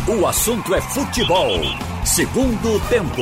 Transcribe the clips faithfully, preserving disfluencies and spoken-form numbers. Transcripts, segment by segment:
O assunto é futebol. Segundo tempo.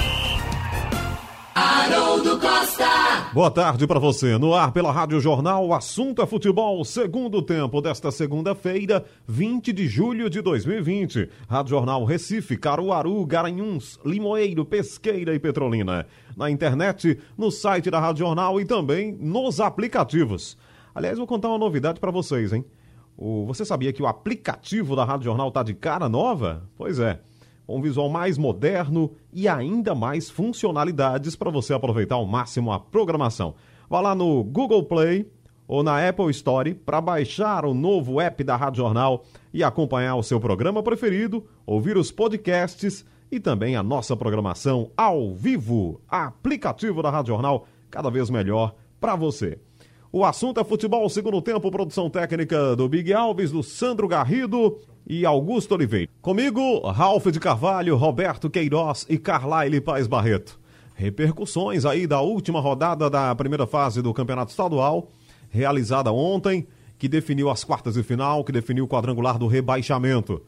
Haroldo Costa. Boa tarde para você. No ar pela Rádio Jornal, o assunto é futebol. Segundo tempo desta segunda-feira, vinte de julho de dois mil e vinte. Rádio Jornal Recife, Caruaru, Garanhuns, Limoeiro, Pesqueira e Petrolina. Na internet, no site da Rádio Jornal e também nos aplicativos. Aliás, vou contar uma novidade para vocês, hein? O, você sabia que o aplicativo da Rádio Jornal tá de cara nova? Pois é. Um visual mais moderno e ainda mais funcionalidades para você aproveitar ao máximo a programação. Vá lá no Google Play ou na Apple Store para baixar o novo app da Rádio Jornal e acompanhar o seu programa preferido, ouvir os podcasts e também a nossa programação ao vivo. Aplicativo da Rádio Jornal, cada vez melhor para você. O assunto é futebol, segundo tempo, produção técnica do Big Alves, do Sandro Garrido e Augusto Oliveira. Comigo, Ralf de Carvalho, Roberto Queiroz e Carlaile Paes Barreto. Repercussões aí da última rodada da primeira fase do Campeonato Estadual, realizada ontem, que definiu as quartas de final, que definiu o quadrangular do rebaixamento.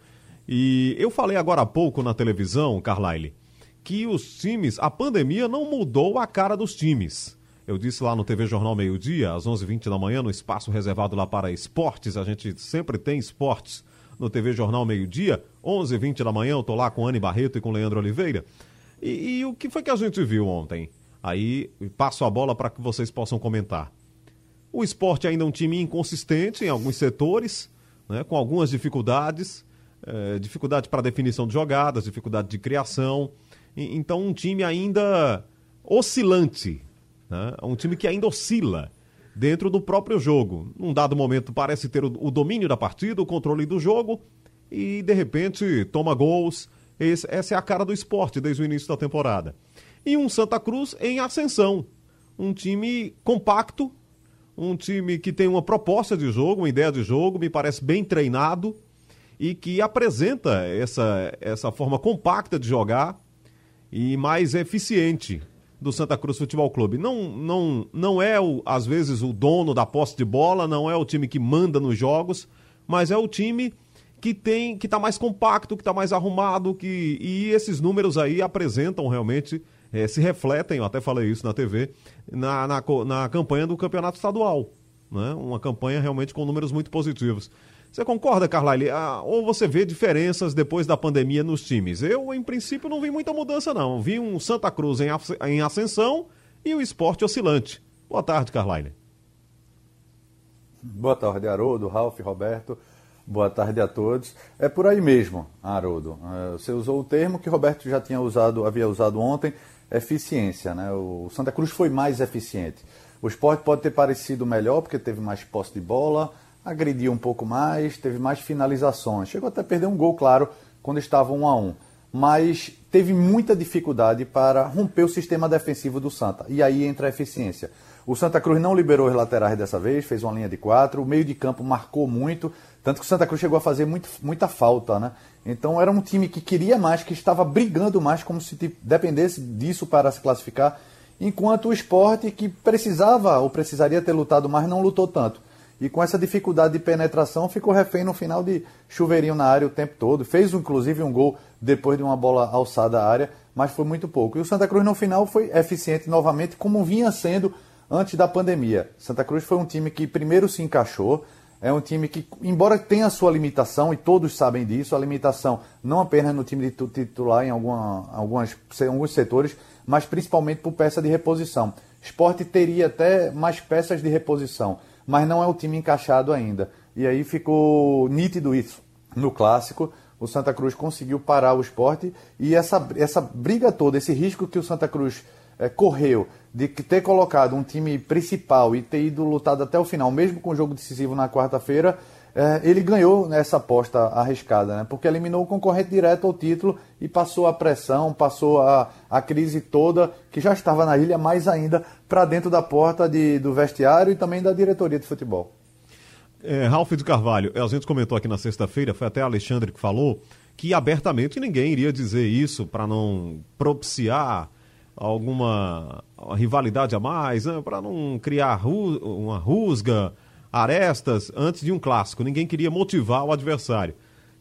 E eu falei agora há pouco na televisão, Carlaile, que os times, a pandemia não mudou a cara dos times. Eu disse lá no T V Jornal Meio Dia, às onze e vinte da manhã, no espaço reservado lá para esportes, a gente sempre tem esportes no T V Jornal Meio Dia, onze e vinte da manhã, eu tô lá com Anne Barreto e com Leandro Oliveira. E, e o que foi que a gente viu ontem? Aí passo a bola para que vocês possam comentar. O esporte ainda é um time inconsistente em alguns setores, né, com algumas dificuldades, é, dificuldade para definição de jogadas, dificuldade de criação, e, então um time ainda oscilante, né, um time que ainda oscila dentro do próprio jogo. Num dado momento parece ter o, o domínio da partida, o controle do jogo e de repente toma gols. Esse, essa é a cara do esporte desde o início da temporada. E um Santa Cruz em ascensão. Um time compacto, um time que tem uma proposta de jogo, uma ideia de jogo, me parece bem treinado e que apresenta essa, essa forma compacta de jogar e mais eficiente do Santa Cruz Futebol Clube. Não, não, não é, o, às vezes, o dono da posse de bola, não é o time que manda nos jogos, mas é o time que tem, que está mais compacto, que está mais arrumado, que, e esses números aí apresentam realmente, é, se refletem, eu até falei isso na T V, na, na, na campanha do Campeonato Estadual, né? Uma campanha realmente com números muito positivos. Você concorda, Carlaile? Ah, ou você vê diferenças depois da pandemia nos times? Eu, em princípio, não vi muita mudança, não. Vi um Santa Cruz em, em ascensão e o esporte oscilante. Boa tarde, Carlaile. Boa tarde, Haroldo, Ralf, Roberto. Boa tarde a todos. É por aí mesmo, Haroldo. Você usou o termo que o Roberto já tinha usado, havia usado ontem, eficiência, né? O Santa Cruz foi mais eficiente. O esporte pode ter parecido melhor, porque teve mais posse de bola, agrediu um pouco mais, teve mais finalizações. Chegou até a perder um gol, claro, quando estava um a um. Mas teve muita dificuldade para romper o sistema defensivo do Santa. E aí entra a eficiência. O Santa Cruz não liberou os laterais dessa vez, fez uma linha de quatro. O meio de campo marcou muito, tanto que o Santa Cruz chegou a fazer muito, muita falta, né? Então era um time que queria mais, que estava brigando mais, como se dependesse disso para se classificar. Enquanto o esporte, que precisava ou precisaria ter lutado mais, não lutou tanto. E com essa dificuldade de penetração, ficou refém no final de chuveirinho na área o tempo todo. Fez, inclusive, um gol depois de uma bola alçada à área, mas foi muito pouco. E o Santa Cruz, no final, foi eficiente novamente, como vinha sendo antes da pandemia. Santa Cruz foi um time que primeiro se encaixou. É um time que, embora tenha a sua limitação, e todos sabem disso, a limitação não apenas no time de titular em alguma, algumas, alguns setores, mas principalmente por peça de reposição. Sport teria até mais peças de reposição, mas não é o time encaixado ainda. E aí ficou nítido isso. No Clássico, o Santa Cruz conseguiu parar o Sport e essa, essa briga toda, esse risco que o Santa Cruz é, correu de ter colocado um time principal e ter ido lutado até o final, mesmo com o jogo decisivo na quarta-feira, é, ele ganhou nessa aposta arriscada, né? Porque eliminou o concorrente direto ao título e passou a pressão, passou a, a crise toda, que já estava na ilha, mais ainda para dentro da porta de, do vestiário e também da diretoria de futebol. É, Ralf de Carvalho, a gente comentou aqui na sexta-feira, foi até Alexandre que falou, que abertamente ninguém iria dizer isso para não propiciar alguma rivalidade a mais, né? Para não criar ru- uma rusga, arestas antes de um clássico. Ninguém queria motivar o adversário.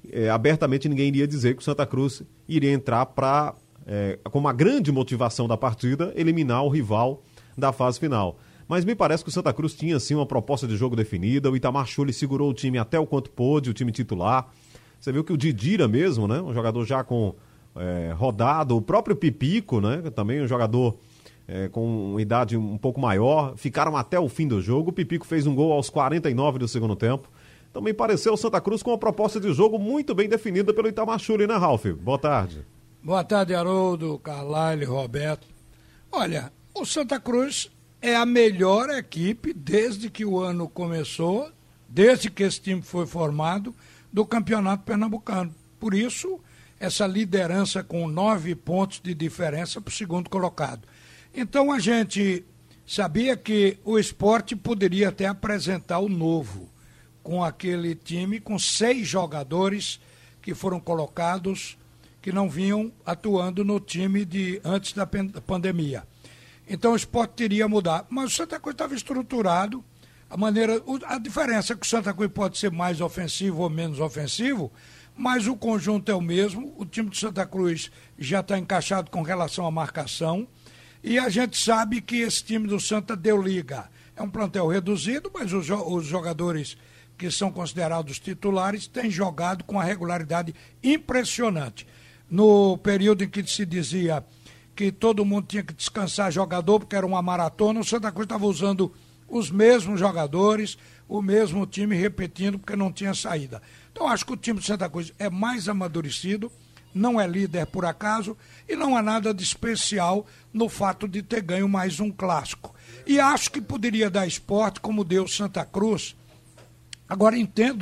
é, abertamente ninguém iria dizer que o Santa Cruz iria entrar para, é, com uma grande motivação da partida, eliminar o rival da fase final. Mas me parece que o Santa Cruz tinha, sim, uma proposta de jogo definida. O Itamar Schulli segurou o time até o quanto pôde, o time titular. Você viu que o Didira mesmo, né? Um jogador já com é, rodado. O próprio Pipico, né? Também um jogador é, com uma idade um pouco maior. Ficaram até o fim do jogo. O Pipico fez um gol aos quarenta e nove do segundo tempo. Então me pareceu o Santa Cruz com uma proposta de jogo muito bem definida pelo Itamar Schulli, né, Ralf? Boa tarde. Boa tarde, Haroldo, Carlyle, Roberto. Olha, o Santa Cruz é a melhor equipe desde que o ano começou, desde que esse time foi formado, do Campeonato Pernambucano. Por isso, essa liderança com nove pontos de diferença para o segundo colocado. Então, a gente sabia que o Sport poderia até apresentar o novo, com aquele time, com seis jogadores que foram colocados, que não vinham atuando no time de antes da pandemia. Então o Sport teria mudar. Mas o Santa Cruz estava estruturado. A maneira, a diferença é que o Santa Cruz pode ser mais ofensivo ou menos ofensivo, mas o conjunto é o mesmo. O time do Santa Cruz já está encaixado com relação à marcação. E a gente sabe que esse time do Santa deu liga. É um plantel reduzido, mas os, os jogadores que são considerados titulares têm jogado com uma regularidade impressionante. No período em que se dizia que todo mundo tinha que descansar jogador, porque era uma maratona, o Santa Cruz estava usando os mesmos jogadores, o mesmo time repetindo, porque não tinha saída. Então acho que o time do Santa Cruz é mais amadurecido, não é líder por acaso, e não há nada de especial no fato de ter ganho mais um clássico. E acho que poderia dar Sport, como deu Santa Cruz. Agora entendo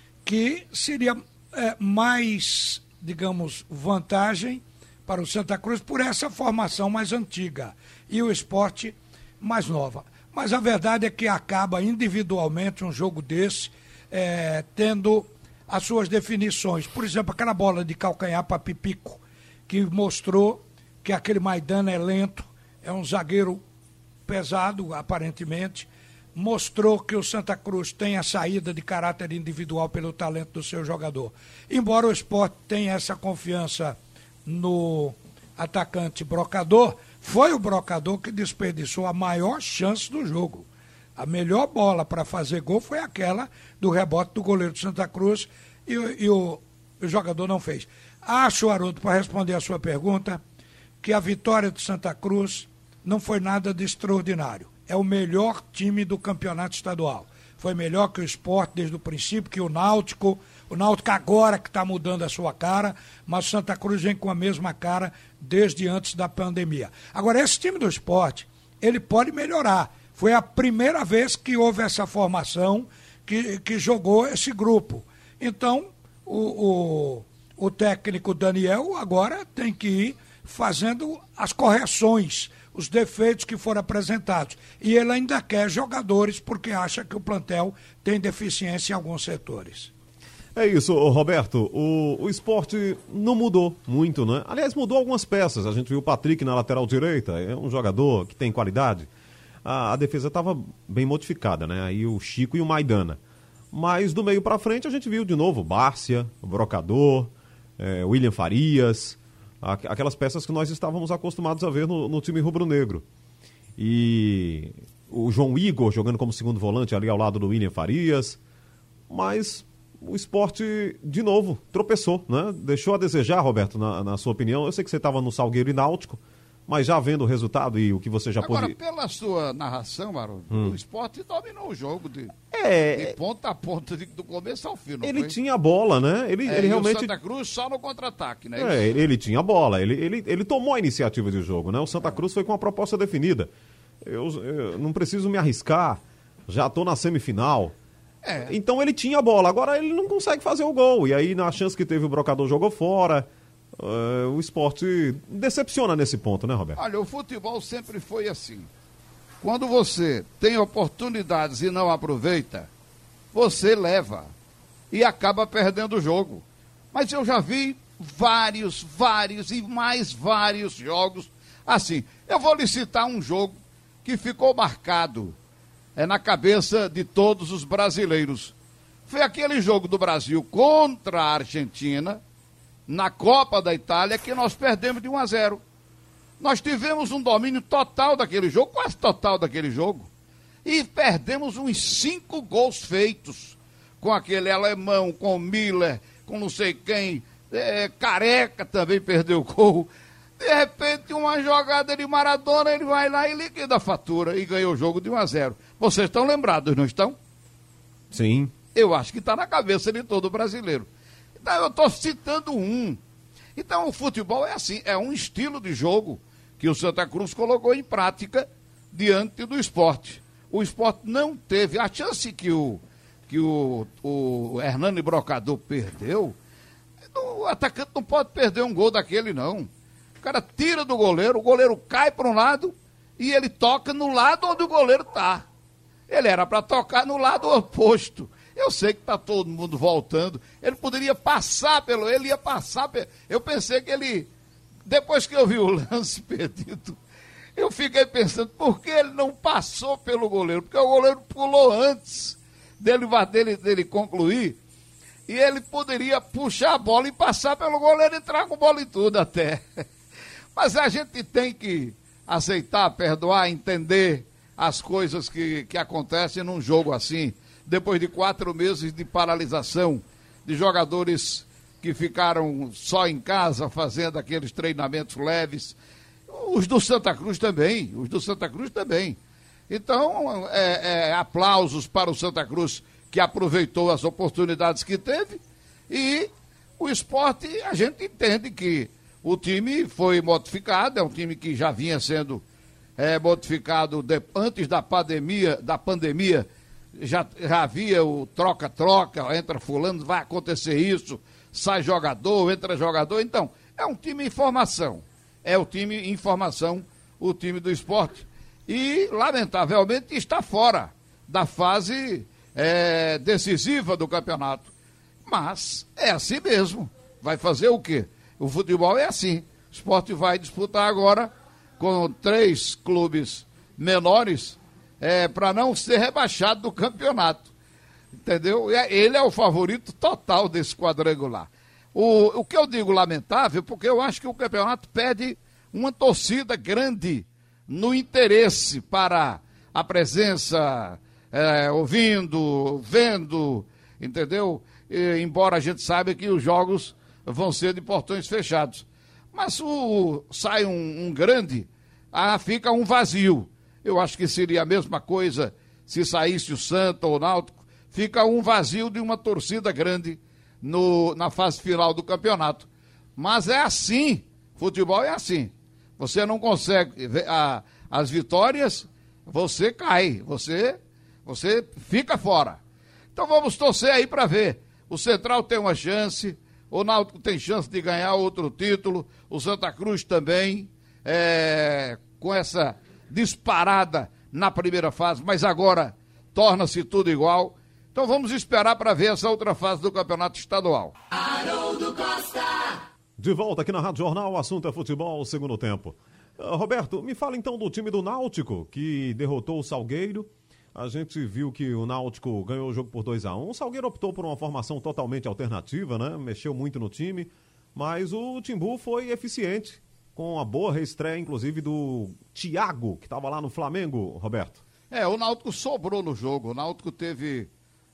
que seria é, mais, digamos, vantagem para o Santa Cruz por essa formação mais antiga e o Sport mais nova. Mas a verdade é que acaba individualmente um jogo desse é, tendo as suas definições. Por exemplo, aquela bola de calcanhar para Pipico, que mostrou que aquele Maidana é lento, é um zagueiro pesado, aparentemente, mostrou que o Santa Cruz tem a saída de caráter individual pelo talento do seu jogador. Embora o Sport tenha essa confiança no atacante Brocador, foi o Brocador que desperdiçou a maior chance do jogo. A melhor bola para fazer gol foi aquela do rebote do goleiro do Santa Cruz e, e o, o jogador não fez. Acho, Haroldo, para responder a sua pergunta, que a vitória do Santa Cruz não foi nada de extraordinário. É o melhor time do campeonato estadual. Foi melhor que o Sport desde o princípio, que o Náutico. O Náutico agora que está mudando a sua cara, mas o Santa Cruz vem com a mesma cara desde antes da pandemia. Agora, esse time do Sport, ele pode melhorar. Foi a primeira vez que houve essa formação, que, que jogou esse grupo. Então, o, o, o técnico Daniel agora tem que ir fazendo as correções, os defeitos que foram apresentados. E ele ainda quer jogadores porque acha que o plantel tem deficiência em alguns setores. É isso, Roberto. O, o esporte não mudou muito, né? Aliás, mudou algumas peças. A gente viu o Patrick na lateral direita, é um jogador que tem qualidade. A, a defesa estava bem modificada, né? Aí o Chico e o Maidana. Mas do meio para frente a gente viu de novo Bárcia, o Brocador, é, William Farias, a, aquelas peças que nós estávamos acostumados a ver no, no time rubro-negro. E o João Igor jogando como segundo volante ali ao lado do William Farias. Mas o esporte, de novo, tropeçou, né? Deixou a desejar, Roberto, na, na sua opinião. Eu sei que você estava no Salgueiro e Náutico, mas já vendo o resultado e o que você já Agora, pôde... Agora, pela sua narração, Mauro, hum. o esporte dominou o jogo de, é... de ponta a ponta, de, do começo ao fim, não Ele foi? tinha bola, né? Ele, é, ele e realmente... o Santa Cruz só no contra-ataque, né? É, ele, ele tinha bola, ele, ele, ele tomou a iniciativa de jogo, né? O Santa é. Cruz foi com uma proposta definida. Eu, eu não preciso me arriscar, já estou na semifinal. É. Então ele tinha a bola, agora ele não consegue fazer o gol. E aí, na chance que teve, o Brocador jogou fora. Uh, o esporte decepciona nesse ponto, né, Roberto? Olha, o futebol sempre foi assim. Quando você tem oportunidades e não aproveita, você leva e acaba perdendo o jogo. Mas eu já vi vários, vários e mais vários jogos assim. Eu vou lhe citar um jogo que ficou marcado é, na cabeça de todos os brasileiros. foi aquele jogo do Brasil contra a Argentina, na Copa da Itália, que nós perdemos de um a zero. Nós tivemos um domínio total daquele jogo, quase total daquele jogo, e perdemos uns cinco gols feitos, com aquele alemão, com o Miller, com não sei quem, é, Careca também perdeu o gol. De repente, uma jogada de Maradona, ele vai lá e liquida a fatura e ganhou o jogo de um a zero. Vocês estão lembrados, não estão? Sim. Eu acho que está na cabeça de todo brasileiro. Então, eu estou citando um. Então, o futebol é assim, é um estilo de jogo que o Santa Cruz colocou em prática diante do esporte. O esporte não teve a chance que o, que o, o Hernani Brocador perdeu. O atacante não pode perder um gol daquele, não. O cara tira do goleiro, o goleiro cai para um lado e ele toca no lado onde o goleiro está. Ele era para tocar no lado oposto. Eu sei que está todo mundo voltando. Ele poderia passar pelo... Ele ia passar... Pelo, eu pensei que ele... Depois que eu vi o lance perdido, eu fiquei pensando, por que ele não passou pelo goleiro? Porque o goleiro pulou antes dele, dele, dele concluir. E ele poderia puxar a bola e passar pelo goleiro e entrar com bola e tudo até. Mas a gente tem que aceitar, perdoar, entender as coisas que, que acontecem num jogo assim. Depois de quatro meses de paralisação, de jogadores que ficaram só em casa fazendo aqueles treinamentos leves. Os do Santa Cruz também, os do Santa Cruz também. Então, é, é, aplausos para o Santa Cruz, que aproveitou as oportunidades que teve, e o esporte, a gente entende que o time foi modificado, é um time que já vinha sendo é, modificado de, antes da pandemia, da pandemia já, já havia o troca-troca, entra fulano, vai acontecer isso, sai jogador, entra jogador, então, é um time em formação, é o time em formação, o time do esporte, e, lamentavelmente, está fora da fase é, decisiva do campeonato, mas é assim mesmo, vai fazer o quê? O futebol é assim, o esporte vai disputar agora com três clubes menores, é, para não ser rebaixado do campeonato, entendeu? Ele é o favorito total desse quadrangular. O, o que eu digo lamentável, porque eu acho que o campeonato pede uma torcida grande no interesse para a presença, é, ouvindo, vendo, entendeu? E, embora a gente saiba que os jogos vão ser de portões fechados. Mas o, sai um, um grande, ah, fica um vazio. Eu acho que seria a mesma coisa se saísse o Santa ou o Náutico. Fica um vazio de uma torcida grande no, na fase final do campeonato. Mas é assim, futebol é assim. Você não consegue a, as vitórias, você cai, você, você fica fora. Então vamos torcer aí para ver. O Central tem uma chance, o Náutico tem chance de ganhar outro título, o Santa Cruz também, é, com essa disparada na primeira fase, mas agora torna-se tudo igual. Então vamos esperar para ver essa outra fase do campeonato estadual. Haroldo Costa. De volta aqui na Rádio Jornal, o assunto é futebol, segundo tempo. Uh, Roberto, me fala então do time do Náutico, que derrotou o Salgueiro. A gente viu que o Náutico ganhou o jogo por dois a um. O Salgueiro optou por uma formação totalmente alternativa, né? Mexeu muito no time, mas o Timbu foi eficiente, com uma boa reestreia, inclusive, do Thiago, que estava lá no Flamengo, Roberto. É, o Náutico sobrou no jogo. O Náutico teve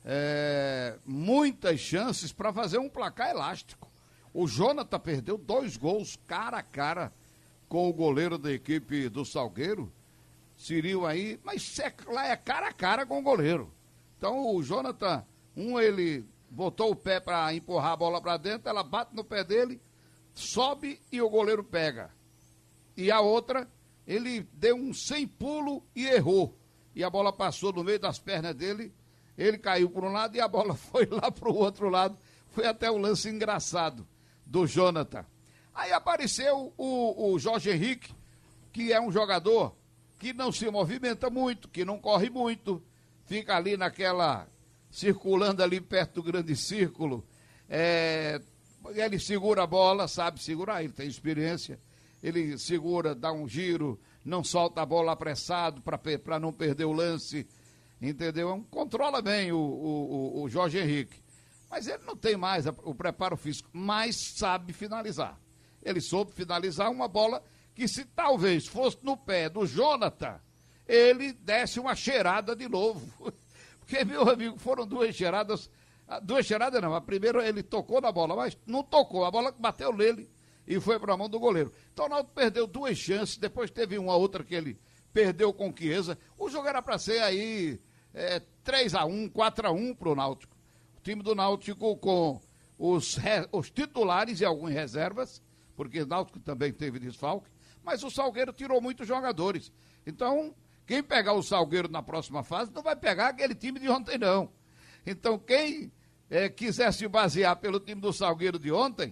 é, muitas chances para fazer um placar elástico. O Jonathan perdeu dois gols cara a cara com o goleiro da equipe do Salgueiro. Seriam aí, mas lá é cara a cara com o goleiro. Então o Jonathan, um ele botou o pé para empurrar a bola para dentro, ela bate no pé dele, sobe e o goleiro pega. E a outra, ele deu um sem pulo e errou. E a bola passou no meio das pernas dele, ele caiu por um lado e a bola foi lá para o outro lado. Foi até um lance engraçado do Jonathan. Aí apareceu o, o Jorge Henrique, que é um jogador que não se movimenta muito, que não corre muito, fica ali naquela, circulando ali perto do grande círculo, é, ele segura a bola, sabe segurar, ele tem experiência, ele segura, dá um giro, não solta a bola apressado para não perder o lance, entendeu? Controla bem o, o, o Jorge Henrique. Mas ele não tem mais o preparo físico, mas sabe finalizar. Ele soube finalizar uma bola que, se talvez fosse no pé do Jonathan, ele desse uma cheirada de novo. Porque, meu amigo, foram duas cheiradas. Duas cheiradas não, a primeira ele tocou na bola, mas não tocou. A bola bateu nele e foi para a mão do goleiro. Então o Náutico perdeu duas chances, depois teve uma outra que ele perdeu com o Chiesa. O jogo era para ser aí é, três a um, quatro a um para o Náutico. O time do Náutico com os, os titulares e algumas reservas, porque o Náutico também teve desfalque, mas o Salgueiro tirou muitos jogadores. Então, quem pegar o Salgueiro na próxima fase não vai pegar aquele time de ontem, não. Então, quem é, quiser se basear pelo time do Salgueiro de ontem,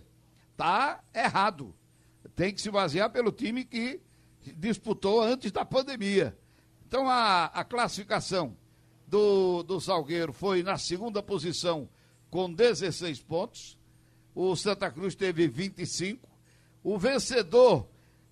tá errado. Tem que se basear pelo time que disputou antes da pandemia. Então, a, a classificação do, do Salgueiro foi na segunda posição com dezesseis pontos. O Santa Cruz teve vinte e cinco. O vencedor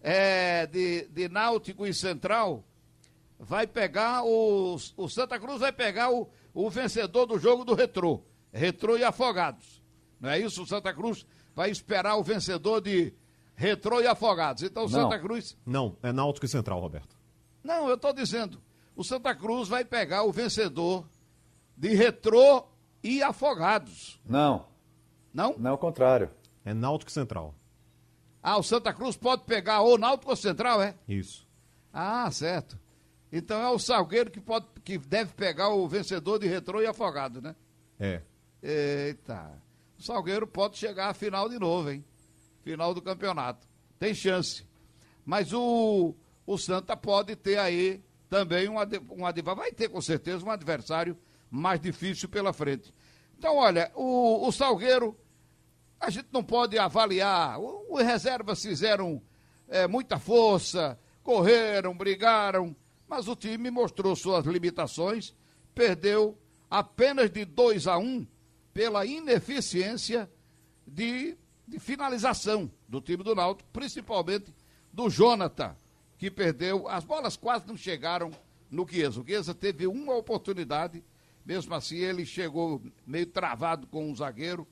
é, de, de Náutico e Central vai pegar o, o Santa Cruz vai pegar o, o vencedor do jogo do Retrô. Retrô e Afogados. Não é isso? O Santa Cruz vai esperar o vencedor de Retrô e Afogados. Então o não, Santa Cruz... Não, é Náutico e Central, Roberto. Não, eu estou dizendo. O Santa Cruz vai pegar o vencedor de Retrô e Afogados. Não. Não? Não, é o contrário. É Náutico e Central. Ah, o Santa Cruz pode pegar ou Náutico ou Central, é? Isso. Ah, certo. Então é o Salgueiro que, pode, que deve pegar o vencedor de Retrô e Afogado, né? É. Eita. O Salgueiro pode chegar à final de novo, hein? Final do campeonato. Tem chance. Mas o, o Santa pode ter aí também um, um adversário. Vai ter com certeza um adversário mais difícil pela frente. Então, olha, o, o Salgueiro, a gente não pode avaliar. Os reservas fizeram é, muita força, correram, brigaram, mas o time mostrou suas limitações, perdeu apenas de dois a um pela ineficiência de, de finalização do time do Náutico, principalmente do Jonathan, que perdeu, as bolas quase não chegaram no Chiesa. O Chiesa teve uma oportunidade, mesmo assim ele chegou meio travado com o zagueiro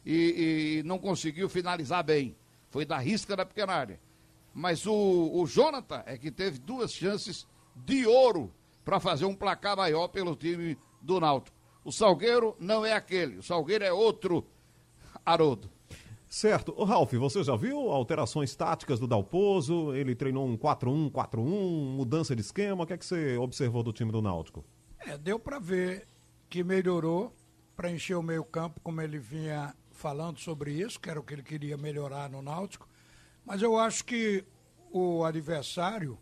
e, e não conseguiu finalizar bem. Foi da risca da pequena área. Mas o, o Jonathan é que teve duas chances de ouro para fazer um placar maior pelo time do Náutico. O Salgueiro não é aquele, o Salgueiro é outro, Haroldo. Certo. Ô, Ralf, você já viu alterações táticas do Dalpozo? Ele treinou um quatro um quatro um, mudança de esquema. O que é que você observou do time do Náutico? É, deu para ver que melhorou para encher o meio campo, como ele vinha falando sobre isso, que era o que ele queria melhorar no Náutico. Mas eu acho que o adversário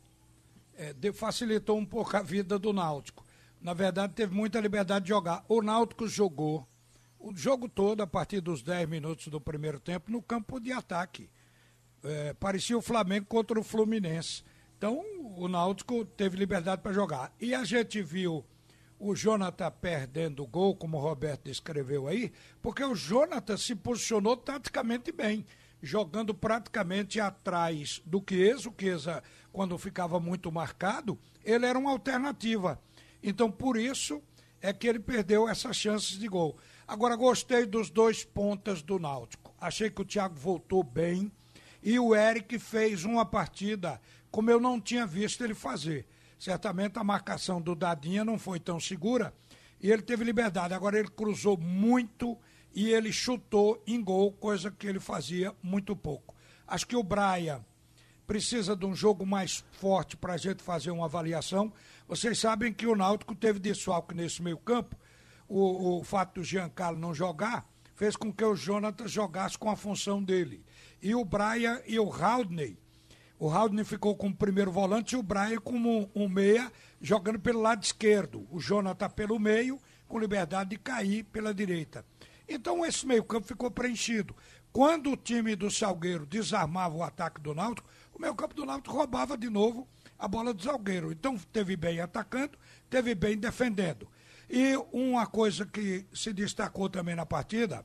é, de, facilitou um pouco a vida do Náutico. Na verdade, teve muita liberdade de jogar. O Náutico jogou o jogo todo, a partir dos dez minutos do primeiro tempo, no campo de ataque. É, parecia o Flamengo contra o Fluminense. Então, o Náutico teve liberdade para jogar. E a gente viu o Jonathan perdendo o gol, como o Roberto descreveu aí, porque o Jonathan se posicionou taticamente bem, jogando praticamente atrás do Chiesa. O Chiesa, quando ficava muito marcado, ele era uma alternativa. Então, por isso é que ele perdeu essas chances de gol. Agora, gostei dos dois pontas do Náutico. Achei que o Thiago voltou bem e o Eric fez uma partida como eu não tinha visto ele fazer. Certamente a marcação do Dadinha não foi tão segura e ele teve liberdade. Agora ele cruzou muito e ele chutou em gol, coisa que ele fazia muito pouco. Acho que o Brian precisa de um jogo mais forte para a gente fazer uma avaliação. Vocês sabem que o Náutico teve desfalque nesse meio campo. O, o fato do Giancarlo não jogar fez com que o Jonathan jogasse com a função dele. E o Brian e o Haldney. O Haldney ficou como primeiro volante e o Brian como um meia jogando pelo lado esquerdo. O Jonathan pelo meio, com liberdade de cair pela direita. Então esse meio campo ficou preenchido. Quando o time do Salgueiro desarmava o ataque do Náutico, o meio campo do Náutico roubava de novo a bola do Salgueiro. Então teve bem atacando, teve bem defendendo. E uma coisa que se destacou também na partida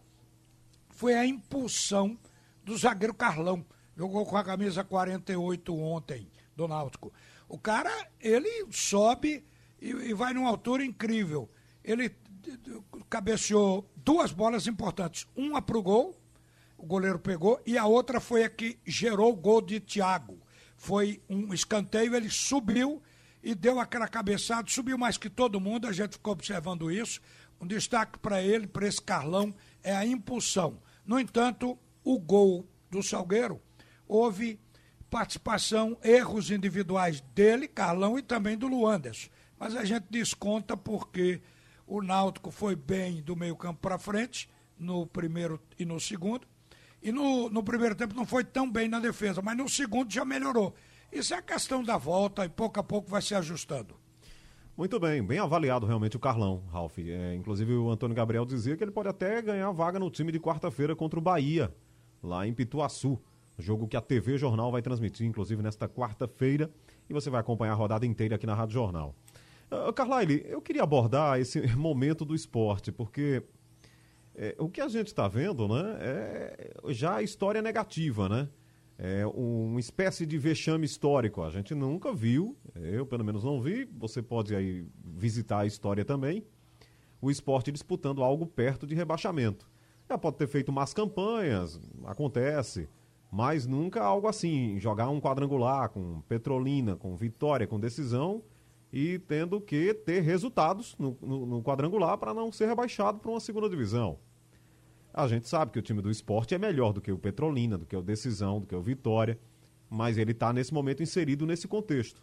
foi a impulsão do zagueiro Carlão. Jogou com a camisa quarenta e oito ontem do Náutico. O cara, ele sobe e, e vai numa altura incrível. Ele cabeceou duas bolas importantes. Uma para o gol, o goleiro pegou, e a outra foi a que gerou o gol de Thiago. Foi um escanteio, ele subiu e deu aquela cabeçada, subiu mais que todo mundo, a gente ficou observando isso. Um destaque para ele, para esse Carlão, é a impulsão. No entanto, o gol do Salgueiro, houve participação, erros individuais dele, Carlão, e também do Luanderson. Mas a gente desconta porque o Náutico foi bem do meio campo para frente, no primeiro e no segundo. E no, no primeiro tempo não foi tão bem na defesa, mas no segundo já melhorou. Isso é a questão da volta e pouco a pouco vai se ajustando. Muito bem, bem avaliado realmente o Carlão, Ralf. É, inclusive o Antônio Gabriel dizia que ele pode até ganhar vaga no time de quarta-feira contra o Bahia, lá em Pituaçu. Jogo que a T V Jornal vai transmitir, inclusive, nesta quarta-feira. E você vai acompanhar a rodada inteira aqui na Rádio Jornal. Uh, Carlyle, eu queria abordar esse momento do esporte, porque é, o que a gente está vendo, né, é já a história negativa, né? É uma espécie de vexame histórico. A gente nunca viu, eu pelo menos não vi, você pode aí visitar a história também, o esporte disputando algo perto de rebaixamento. Já pode ter feito más campanhas, acontece, mas nunca algo assim, jogar um quadrangular com Petrolina, com vitória, com decisão e tendo que ter resultados no, no, no quadrangular para não ser rebaixado para uma segunda divisão. A gente sabe que o time do esporte é melhor do que o Petrolina, do que o Decisão, do que o Vitória, mas ele está nesse momento inserido nesse contexto.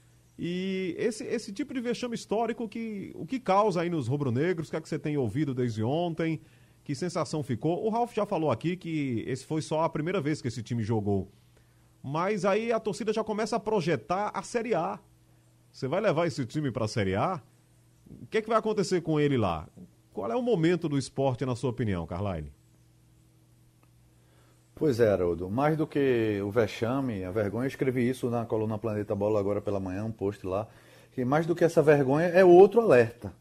E esse, esse tipo de vexame histórico, que, o que causa aí nos rubro-negros, o que é que você tem ouvido desde ontem, que sensação ficou? O Ralf já falou aqui que esse foi só a primeira vez que esse time jogou, mas aí a torcida já começa a projetar a Série A. Você vai levar esse time para a Série A? O que é que vai acontecer com ele lá? Qual é o momento do esporte, na sua opinião, Carlyle? Pois é, Haroldo. Mais do que o vexame, a vergonha, eu escrevi isso na coluna Planeta Bola agora pela manhã, um post lá, que mais do que essa vergonha é outro alerta.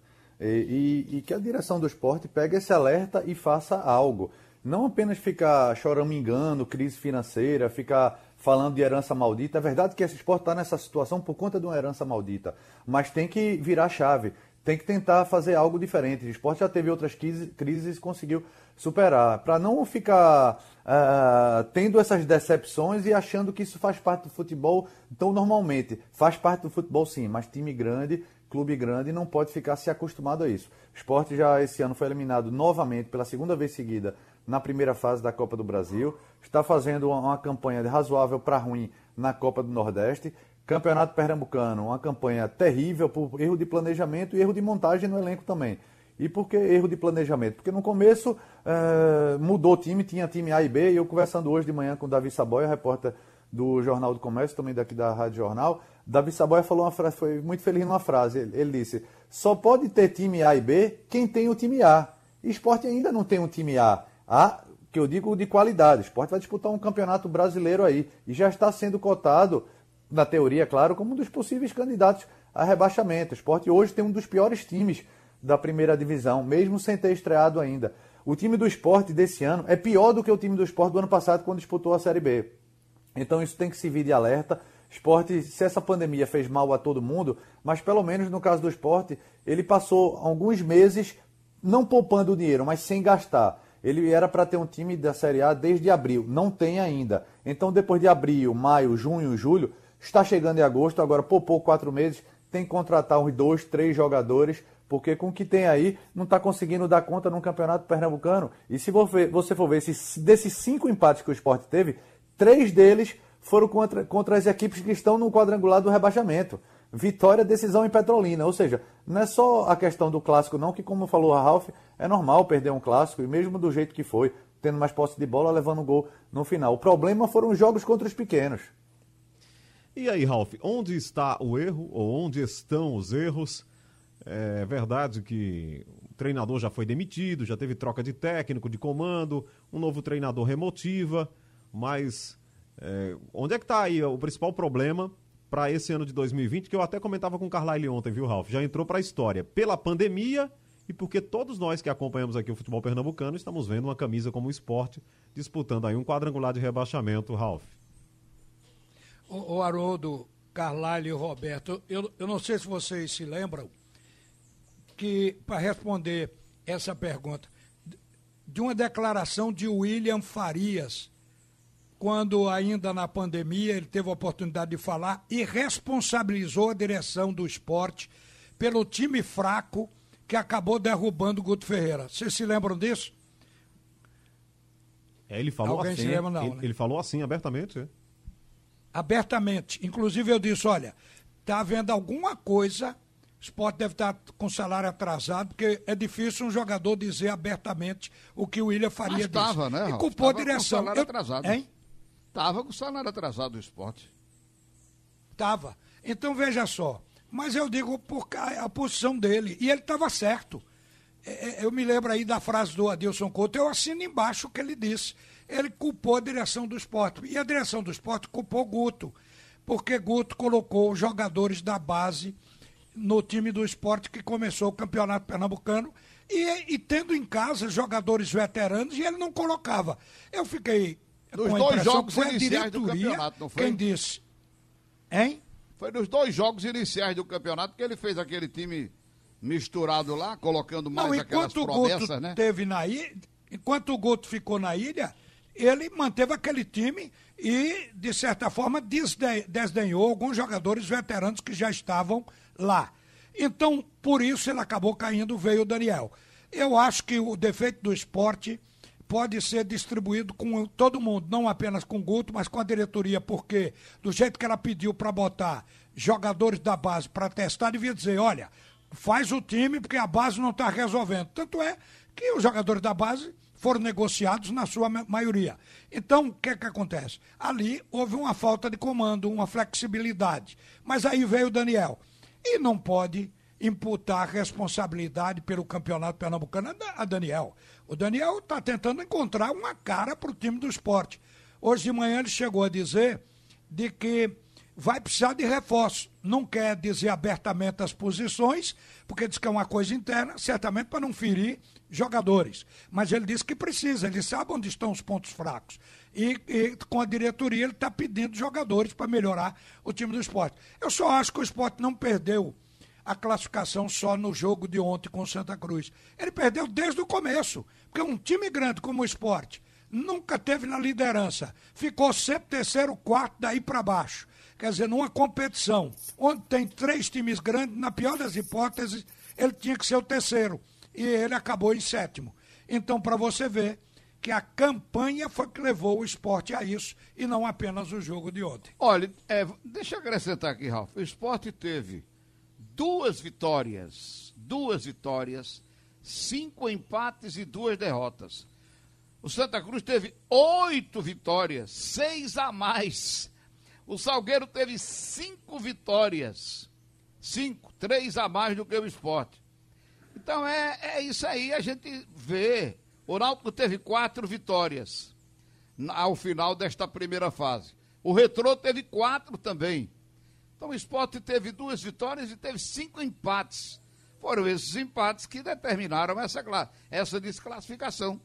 E, e, e que a direção do esporte pegue esse alerta e faça algo. Não apenas ficar choramingando, crise financeira, ficar falando de herança maldita. É verdade que esse esporte está nessa situação por conta de uma herança maldita, mas tem que virar a chave. Tem que tentar fazer algo diferente. O esporte já teve outras crises, crises e conseguiu superar. Para não ficar uh, tendo essas decepções e achando que isso faz parte do futebol tão normalmente. Faz parte do futebol sim, mas time grande, clube grande, não pode ficar se acostumado a isso. O esporte já esse ano foi eliminado novamente pela segunda vez seguida na primeira fase da Copa do Brasil. Está fazendo uma, uma campanha de razoável para ruim na Copa do Nordeste. Campeonato Pernambucano, uma campanha terrível por erro de planejamento e erro de montagem no elenco também. E por que erro de planejamento? Porque no começo é, mudou o time, tinha time A e B, e eu conversando hoje de manhã com o Davi Saboia, repórter do Jornal do Comércio, também daqui da Rádio Jornal. Davi Saboia falou uma frase, foi muito feliz numa frase, ele, ele disse, só pode ter time A e B quem tem o time A. E o esporte ainda não tem um time A. A, que eu digo de qualidade. O esporte vai disputar um campeonato brasileiro aí, e já está sendo cotado, na teoria, claro, como um dos possíveis candidatos a rebaixamento. O esporte hoje tem um dos piores times da primeira divisão, mesmo sem ter estreado ainda. O time do esporte desse ano é pior do que o time do esporte do ano passado, quando disputou a Série B. Então isso tem que servir de alerta. Esporte, se essa pandemia fez mal a todo mundo, mas pelo menos no caso do esporte, ele passou alguns meses não poupando dinheiro, mas sem gastar. Ele era para ter um time da Série A desde abril, não tem ainda. Então depois de abril, maio, junho, julho, está chegando em agosto, agora poupou quatro meses, tem que contratar uns dois, três jogadores, porque com o que tem aí, não está conseguindo dar conta no Campeonato Pernambucano. E se você for ver, desses cinco empates que o esporte teve, três deles foram contra, contra as equipes que estão no quadrangular do rebaixamento. Vitória, Decisão e Petrolina. Ou seja, não é só a questão do clássico não, que como falou a Ralf, é normal perder um clássico, e mesmo do jeito que foi, tendo mais posse de bola, levando um gol no final. O problema foram os jogos contra os pequenos. E aí, Ralf, onde está o erro, ou onde estão os erros? É verdade que o treinador já foi demitido, já teve troca de técnico, de comando, um novo treinador remotiva, mas é, onde é que está aí o principal problema para esse ano de dois mil e vinte, que eu até comentava com o Carlyle ontem, viu, Ralf? Já entrou para a história pela pandemia e porque todos nós que acompanhamos aqui o futebol pernambucano estamos vendo uma camisa como o esporte disputando aí um quadrangular de rebaixamento, Ralf. O, o Haroldo, Carlalho e Roberto, eu, eu não sei se vocês se lembram que, para responder essa pergunta, de uma declaração de William Farias, quando ainda na pandemia ele teve a oportunidade de falar e responsabilizou a direção do esporte pelo time fraco que acabou derrubando o Guto Ferreira. Vocês se lembram disso? É, ele falou Alguém assim. se lembra, não, ele, né? ele falou assim, abertamente. É. Abertamente. Inclusive eu disse, olha, está havendo alguma coisa, o esporte deve estar com salário atrasado, porque é difícil um jogador dizer abertamente o que o William Faria Mas tava, disse. né, E Ralf? culpou a Tava direção. com salário Eu- atrasado. Hein? Tava com o salário atrasado do esporte. Tava. Então veja só. Mas eu digo por ca- a posição dele. E ele estava certo. É, é, Eu me lembro aí da frase do Adilson Couto, eu assino embaixo o que ele disse. Ele culpou a direção do esporte. E a direção do esporte culpou Guto. Porque Guto colocou os jogadores da base no time do esporte que começou o campeonato pernambucano e, e tendo em casa jogadores veteranos e ele não colocava. Eu fiquei Nos com a dois impressão jogos que foi a iniciais do diretoria campeonato, não foi? quem disse. Hein? Foi nos dois jogos iniciais do campeonato que ele fez aquele time misturado lá, colocando mais Não, aquelas enquanto o promessas, Guto né? teve na ilha, enquanto o Guto ficou na ilha, ele manteve aquele time e, de certa forma, desde- desdenhou alguns jogadores veteranos que já estavam lá. Então, por isso ele acabou caindo, veio o Daniel. Eu acho que o defeito do esporte pode ser distribuído com todo mundo, não apenas com o Guto, mas com a diretoria, porque do jeito que ela pediu para botar jogadores da base para testar, devia dizer, olha, faz o time porque a base não está resolvendo. Tanto é que os jogadores da base foram negociados na sua ma- maioria. Então, o que é que acontece? Ali houve uma falta de comando, uma flexibilidade. Mas aí veio o Daniel. E não pode imputar responsabilidade pelo campeonato pernambucano a Da- a Daniel. O Daniel está tentando encontrar uma cara para o time do esporte. Hoje de manhã ele chegou a dizer de que vai precisar de reforço. Não quer dizer abertamente as posições, porque diz que é uma coisa interna, certamente para não ferir jogadores. Mas ele disse que precisa, ele sabe onde estão os pontos fracos. E, e com a diretoria ele está pedindo jogadores para melhorar o time do esporte. Eu só acho que o esporte não perdeu a classificação só no jogo de ontem com o Santa Cruz. Ele perdeu desde o começo, porque um time grande como o esporte nunca teve na liderança, ficou sempre terceiro, quarto, daí para baixo. Quer dizer, numa competição onde tem três times grandes, na pior das hipóteses, ele tinha que ser o terceiro. E ele acabou em sétimo. Então, para você ver que a campanha foi que levou o esporte a isso e não apenas o jogo de ontem. Olha, é, deixa eu acrescentar aqui, Ralf. O esporte teve duas vitórias, duas vitórias, cinco empates e duas derrotas. O Santa Cruz teve oito vitórias, seis a mais. O Salgueiro teve cinco vitórias, cinco, três a mais do que o esporte. Então é, é isso aí, a gente vê. O Náutico teve quatro vitórias na- ao final desta primeira fase. O Retrô teve quatro também. Então o esporte teve duas vitórias e teve cinco empates. Foram esses empates que determinaram essa, cla- essa desclassificação.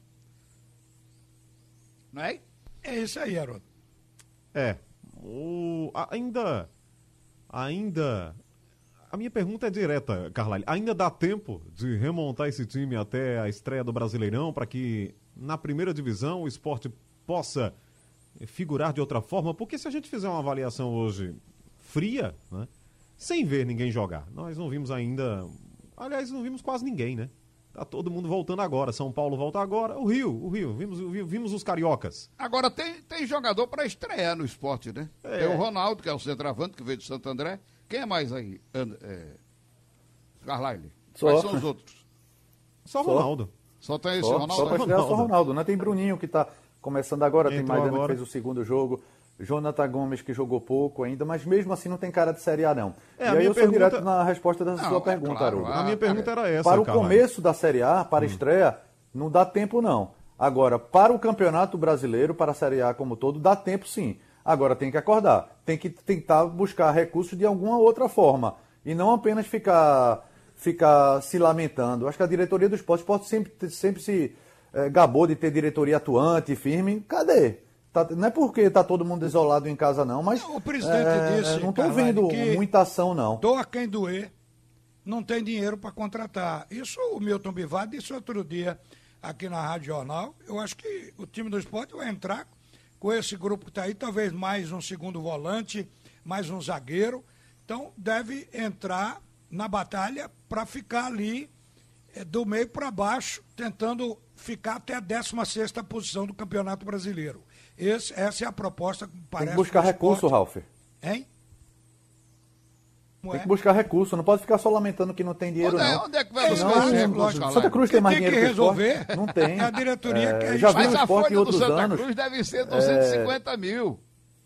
Não é? É isso aí, Haroldo. É. O, a- ainda. Ainda. A minha pergunta é direta, Carlalho. Ainda dá tempo de remontar esse time até a estreia do Brasileirão para que na primeira divisão o esporte possa figurar de outra forma? Porque se a gente fizer uma avaliação hoje fria, né, sem ver ninguém jogar, nós não vimos ainda. Aliás, não vimos quase ninguém, né? Tá todo mundo voltando agora. São Paulo volta agora. O Rio, o Rio. Vimos, o Rio, vimos os cariocas. Agora tem, tem jogador para estrear no esporte, né? É. Tem o Ronaldo, que é o centroavante, que veio de Santo André. Quem é mais aí? And, é... Carlyle. Só. Quais são os outros? Só o Só. Ronaldo. Só tem esse Só, Ronaldo? só para aí? estrear só Ronaldo. Ronaldo, né? Tem Bruninho que está começando agora, tem Entrou Maidana que agora. fez o segundo jogo, Jonathan Gomes que jogou pouco ainda, mas mesmo assim não tem cara de Série A não. É, e a aí minha eu sou pergunta- direto na resposta da Não, sua é pergunta, claro, Haroldo. ah, A minha pergunta era essa, Para o Carlalho. começo da Série A, para a estreia, não dá tempo não. Agora, para o Campeonato Brasileiro, para a Série A como todo, dá tempo sim. Agora tem que acordar, tem que tentar buscar recursos de alguma outra forma e não apenas ficar, ficar se lamentando. Acho que a diretoria do esporte, o esporte sempre, sempre se eh, gabou de ter diretoria atuante, firme. Cadê? Tá, não é porque está todo mundo isolado em casa, não, mas. Não, o presidente é, disse. Não estou Carvalho, vendo que muita ação, não. doa quem doer, não tem dinheiro para contratar. Isso o Milton Bivar disse outro dia aqui na Rádio Jornal. Eu acho que o time do Sport vai entrar com esse grupo que está aí, talvez mais um segundo volante, mais um zagueiro. Então deve entrar na batalha para ficar ali é, do meio para baixo, tentando ficar até a décima sexta posição do Campeonato Brasileiro. Esse, essa é a proposta que parece. Tem que buscar recurso, Ralf. Hein? Tem que buscar recurso, não pode ficar só lamentando que não tem dinheiro, onde é, não. Onde é que vai buscar não, recurso, lógico, Santa Cruz tem mais tem dinheiro que resolver. Que o Sport? Não tem. É a diretoria é, que a gente... já vi Mas o a Sport em folha do outros Santa anos. Cruz deve ser duzentos e cinquenta mil.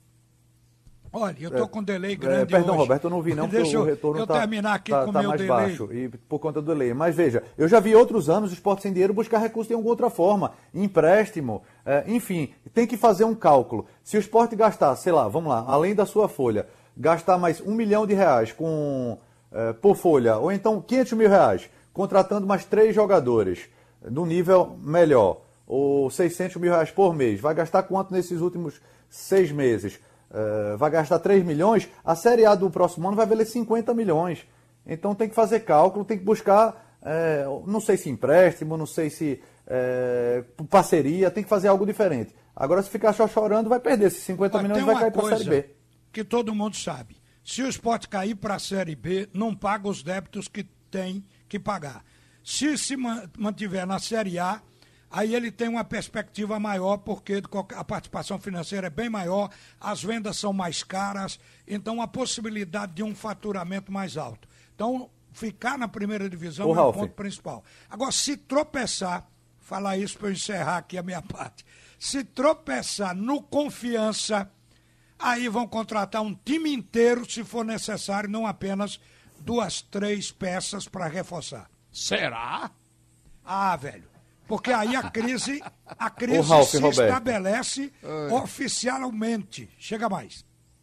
Olha, eu estou com um delay grande é, Perdão, hoje. Roberto, eu não vi não, porque Deixa o retorno está terminar aqui tá, com o tá meu mais delay. baixo, e por conta do delay. Mas veja, eu já vi outros anos o Sport sem dinheiro buscar recurso de alguma outra forma, empréstimo, é, enfim, tem que fazer um cálculo. Se o Sport gastar, sei lá, vamos lá, além da sua folha, gastar mais um milhão de reais com, é, por folha, ou então quinhentos mil reais, contratando mais três jogadores do nível melhor, ou seiscentos mil reais por mês, vai gastar quanto nesses últimos seis meses? Uh, vai gastar três milhões, a Série A do próximo ano vai valer cinquenta milhões. Então tem que fazer cálculo, tem que buscar, uh, não sei se empréstimo, não sei se uh, parceria, tem que fazer algo diferente. Agora, se ficar só chorando, vai perder esses cinquenta milhões e vai cair para a Série B. Que todo mundo sabe. Se o Sport cair para a Série B, não paga os débitos que tem que pagar. Se se mantiver na Série A, aí ele tem uma perspectiva maior, porque a participação financeira é bem maior, as vendas são mais caras, então a possibilidade de um faturamento mais alto. Então, ficar na primeira divisão Ô, é o Ralf. ponto principal. Agora, se tropeçar, falar isso para eu encerrar aqui a minha parte, se tropeçar no Confiança, aí vão contratar um time inteiro, se for necessário, não apenas duas, três peças para reforçar. Será? Ah, velho. Porque aí a crise, a crise Ralf, se Roberto. estabelece oficialmente. Chega mais.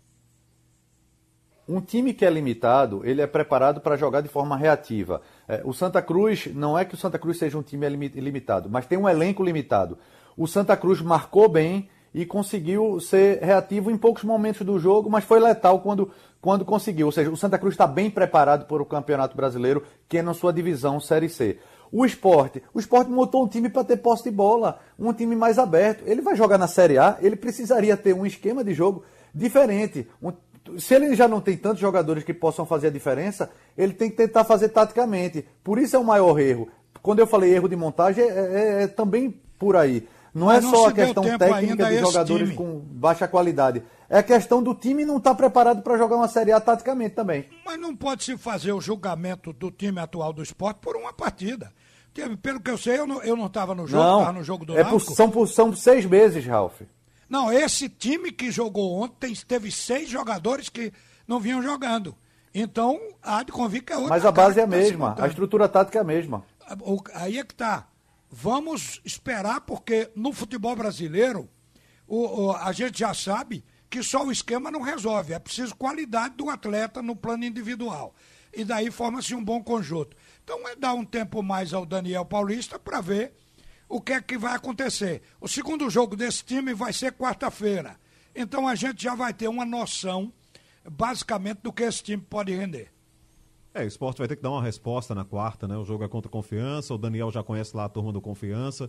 Um time que é limitado, ele é preparado para jogar de forma reativa. É, o Santa Cruz, não é que o Santa Cruz seja um time limitado, mas tem um elenco limitado. O Santa Cruz marcou bem e conseguiu ser reativo em poucos momentos do jogo, mas foi letal quando, quando conseguiu. Ou seja, o Santa Cruz está bem preparado para o Campeonato Brasileiro, que é na sua divisão Série C. O Sport, o Sport montou um time para ter posse de bola, um time mais aberto. Ele vai jogar na Série A, ele precisaria ter um esquema de jogo diferente. Um, se ele já não tem tantos jogadores que possam fazer a diferença, ele tem que tentar fazer taticamente. Por isso é o maior erro. Quando eu falei erro de montagem, é, é, é também por aí. Não é Mas não só se a questão deu tempo técnica ainda a de esse jogadores time. com baixa qualidade. É a questão do time não estar preparado para jogar uma Série A taticamente também. Mas não pode se fazer o julgamento do time atual do Sport por uma partida. Pelo que eu sei, eu não eu não estava no jogo, estava no jogo do é por, Náutico. são, por, são seis meses, Ralf. Não, esse time que jogou ontem teve seis jogadores que não vinham jogando. Então, há de convir que é outra Mas a base é a cara que tá se mesma, montando. a estrutura tática é a mesma. O- Aí é que tá. Vamos esperar, porque no futebol brasileiro, o, o- a gente já sabe que só o esquema não resolve. É preciso qualidade do atleta no plano individual. E daí forma-se um bom conjunto. Então é dar um tempo mais ao Daniel Paulista para ver o que é que vai acontecer. O segundo jogo desse time vai ser quarta-feira. Então a gente já vai ter uma noção, basicamente, do que esse time pode render. É, o Sport vai ter que dar uma resposta na quarta, né? O jogo é contra a Confiança, o Daniel já conhece lá a turma do Confiança.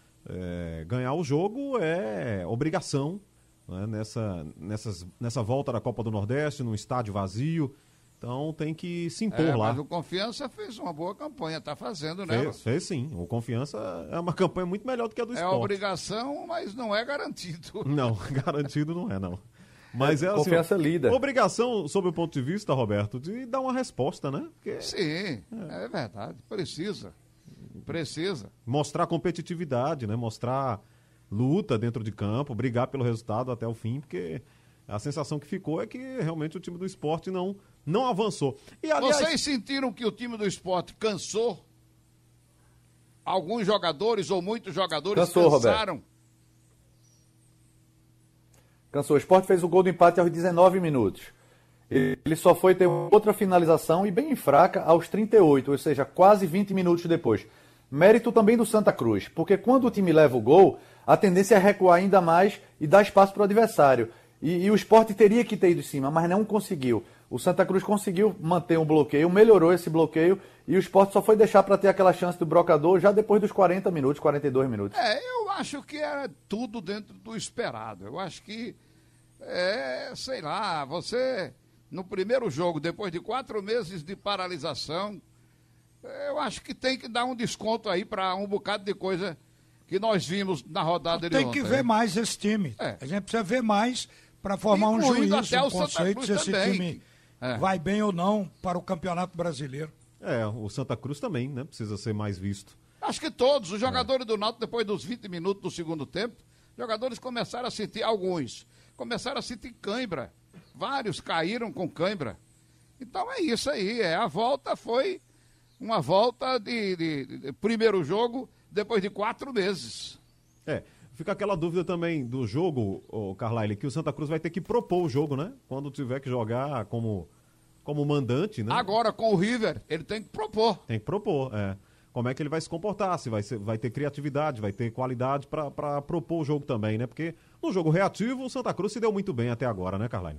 É, ganhar o jogo é obrigação, né? nessa, nessas, nessa volta da Copa do Nordeste, num estádio vazio. Então tem que se impor É, lá. mas o Confiança fez uma boa campanha, tá fazendo, né? Fez, fez sim. O Confiança é uma campanha muito melhor do que a do É Sport. obrigação, mas não é garantido. Não, garantido não é, não. Mas é assim, Confiança líder. obrigação, sob o ponto de vista, Roberto, de dar uma resposta, né? Porque Sim, é verdade. Precisa. Precisa. mostrar competitividade, né? Mostrar luta dentro de campo, brigar pelo resultado até o fim, porque a sensação que ficou é que realmente o time do Sport não, não avançou. E, aliás, Vocês sentiram que o time do esporte cansou? Alguns jogadores ou muitos jogadores Cansou, cansaram? Cansou. O Sport fez o gol do empate aos dezenove minutos. Ele só foi ter outra finalização e bem fraca aos trinta e oito, ou seja, quase vinte minutos depois. Mérito também do Santa Cruz, porque quando o time leva o gol, a tendência é recuar ainda mais e dar espaço para o adversário. E, e o Sport teria que ter ido em cima, mas não conseguiu. O Santa Cruz conseguiu manter um bloqueio, melhorou esse bloqueio e o Sport só foi deixar para ter aquela chance do brocador já depois dos quarenta minutos, quarenta e dois minutos. É, eu acho que era tudo dentro do esperado. Eu acho que, é, sei lá, você, no primeiro jogo, depois de quatro meses de paralisação, eu acho que tem que dar um desconto aí para um bocado de coisa que nós vimos na rodada de Tem ontem. que ver mais esse time. É. A gente precisa ver mais para formar um Incluindo juízo, até um o Santa conceito Cruz se esse também. time É. vai bem ou não para o Campeonato Brasileiro. É, o Santa Cruz também, né? Precisa ser mais visto. Acho que todos, os jogadores é. do Náutico, depois dos vinte minutos do segundo tempo, jogadores começaram a sentir, alguns, começaram a sentir cãibra. Vários caíram com cãibra. Então é isso aí, é, a volta foi uma volta de, de, de primeiro jogo depois de quatro meses. É, fica aquela dúvida também do jogo, o Carlyle, que o Santa Cruz vai ter que propor o jogo, né? Quando tiver que jogar como, como mandante, né? Agora, com o River, ele tem que propor. Tem que propor, é. Como é que ele vai se comportar, se vai, ser, vai ter criatividade, vai ter qualidade para propor o jogo também, né? Porque no jogo reativo, o Santa Cruz se deu muito bem até agora, né, Carlyle?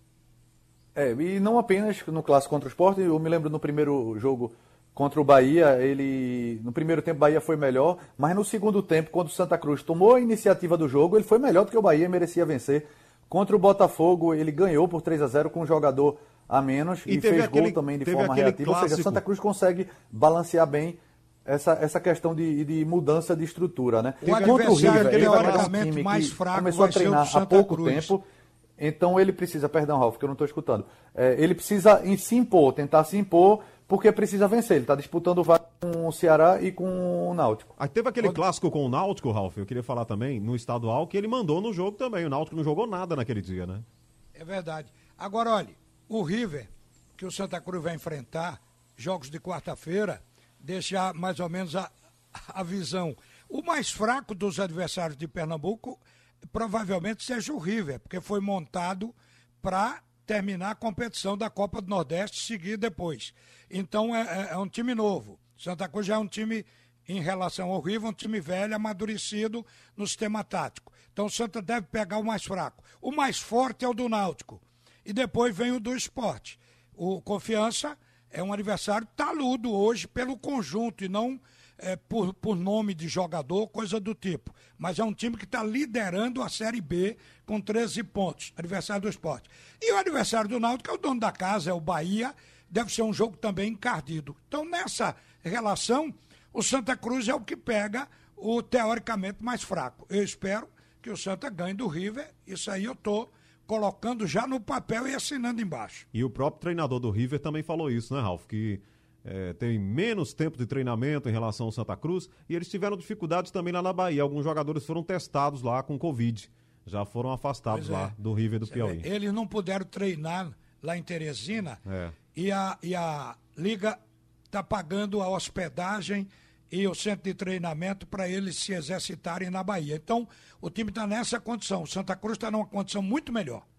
É, e não apenas no clássico contra o Sport, eu me lembro no primeiro jogo contra o Bahia, ele no primeiro tempo o Bahia foi melhor, mas no segundo tempo, quando o Santa Cruz tomou a iniciativa do jogo, ele foi melhor do que o Bahia e merecia vencer. Contra o Botafogo, ele ganhou por três a zero com um jogador a menos e, e fez aquele, gol também de forma reativa, clássico. Ou seja, o Santa Cruz consegue balancear bem essa, essa questão de, de mudança de estrutura, né? O contra o River, ele é um time mais fraco, começou a treinar há pouco Cruz. tempo. Então ele precisa, perdão, Ralf, que eu não estou escutando, é, ele precisa em, se impor, tentar se impor, porque precisa vencer. Ele está disputando o vaga com o Ceará e com o Náutico. Aí teve aquele clássico com o Náutico, Ralf, eu queria falar também, no estadual, que ele mandou no jogo também. O Náutico não jogou nada naquele dia, né? É verdade. Agora, olha, o River, que o Santa Cruz vai enfrentar, jogos de quarta-feira, deixa mais ou menos a, a visão. O mais fraco dos adversários de Pernambuco provavelmente seja o River, porque foi montado para terminar a competição da Copa do Nordeste e seguir depois. Então é, é um time novo. Santa Cruz já é um time, em relação ao River, um time velho, amadurecido no sistema tático. Então o Santa deve pegar o mais fraco. O mais forte é o do Náutico. E depois vem o do Sport. O Confiança é um adversário taludo hoje pelo conjunto e não é, por, por nome de jogador, coisa do tipo. Mas é um time que está liderando a Série B com treze pontos, adversário do Sport. E o adversário do Náutico é o dono da casa, é o Bahia, deve ser um jogo também encardido. Então, nessa relação, o Santa Cruz é o que pega o teoricamente mais fraco. Eu espero que o Santa ganhe do River, isso aí eu estou colocando já no papel e assinando embaixo. E o próprio treinador do River também falou isso, né, Ralf? Que é, tem menos tempo de treinamento em relação ao Santa Cruz e eles tiveram dificuldades também lá na Bahia. Alguns jogadores foram testados lá com Covid, já foram afastados é. lá do River do Piauí. Eles não puderam treinar lá em Teresina é. e, a, e a Liga está pagando a hospedagem e o centro de treinamento para eles se exercitarem na Bahia. Então, o time está nessa condição. O Santa Cruz está numa condição muito melhor.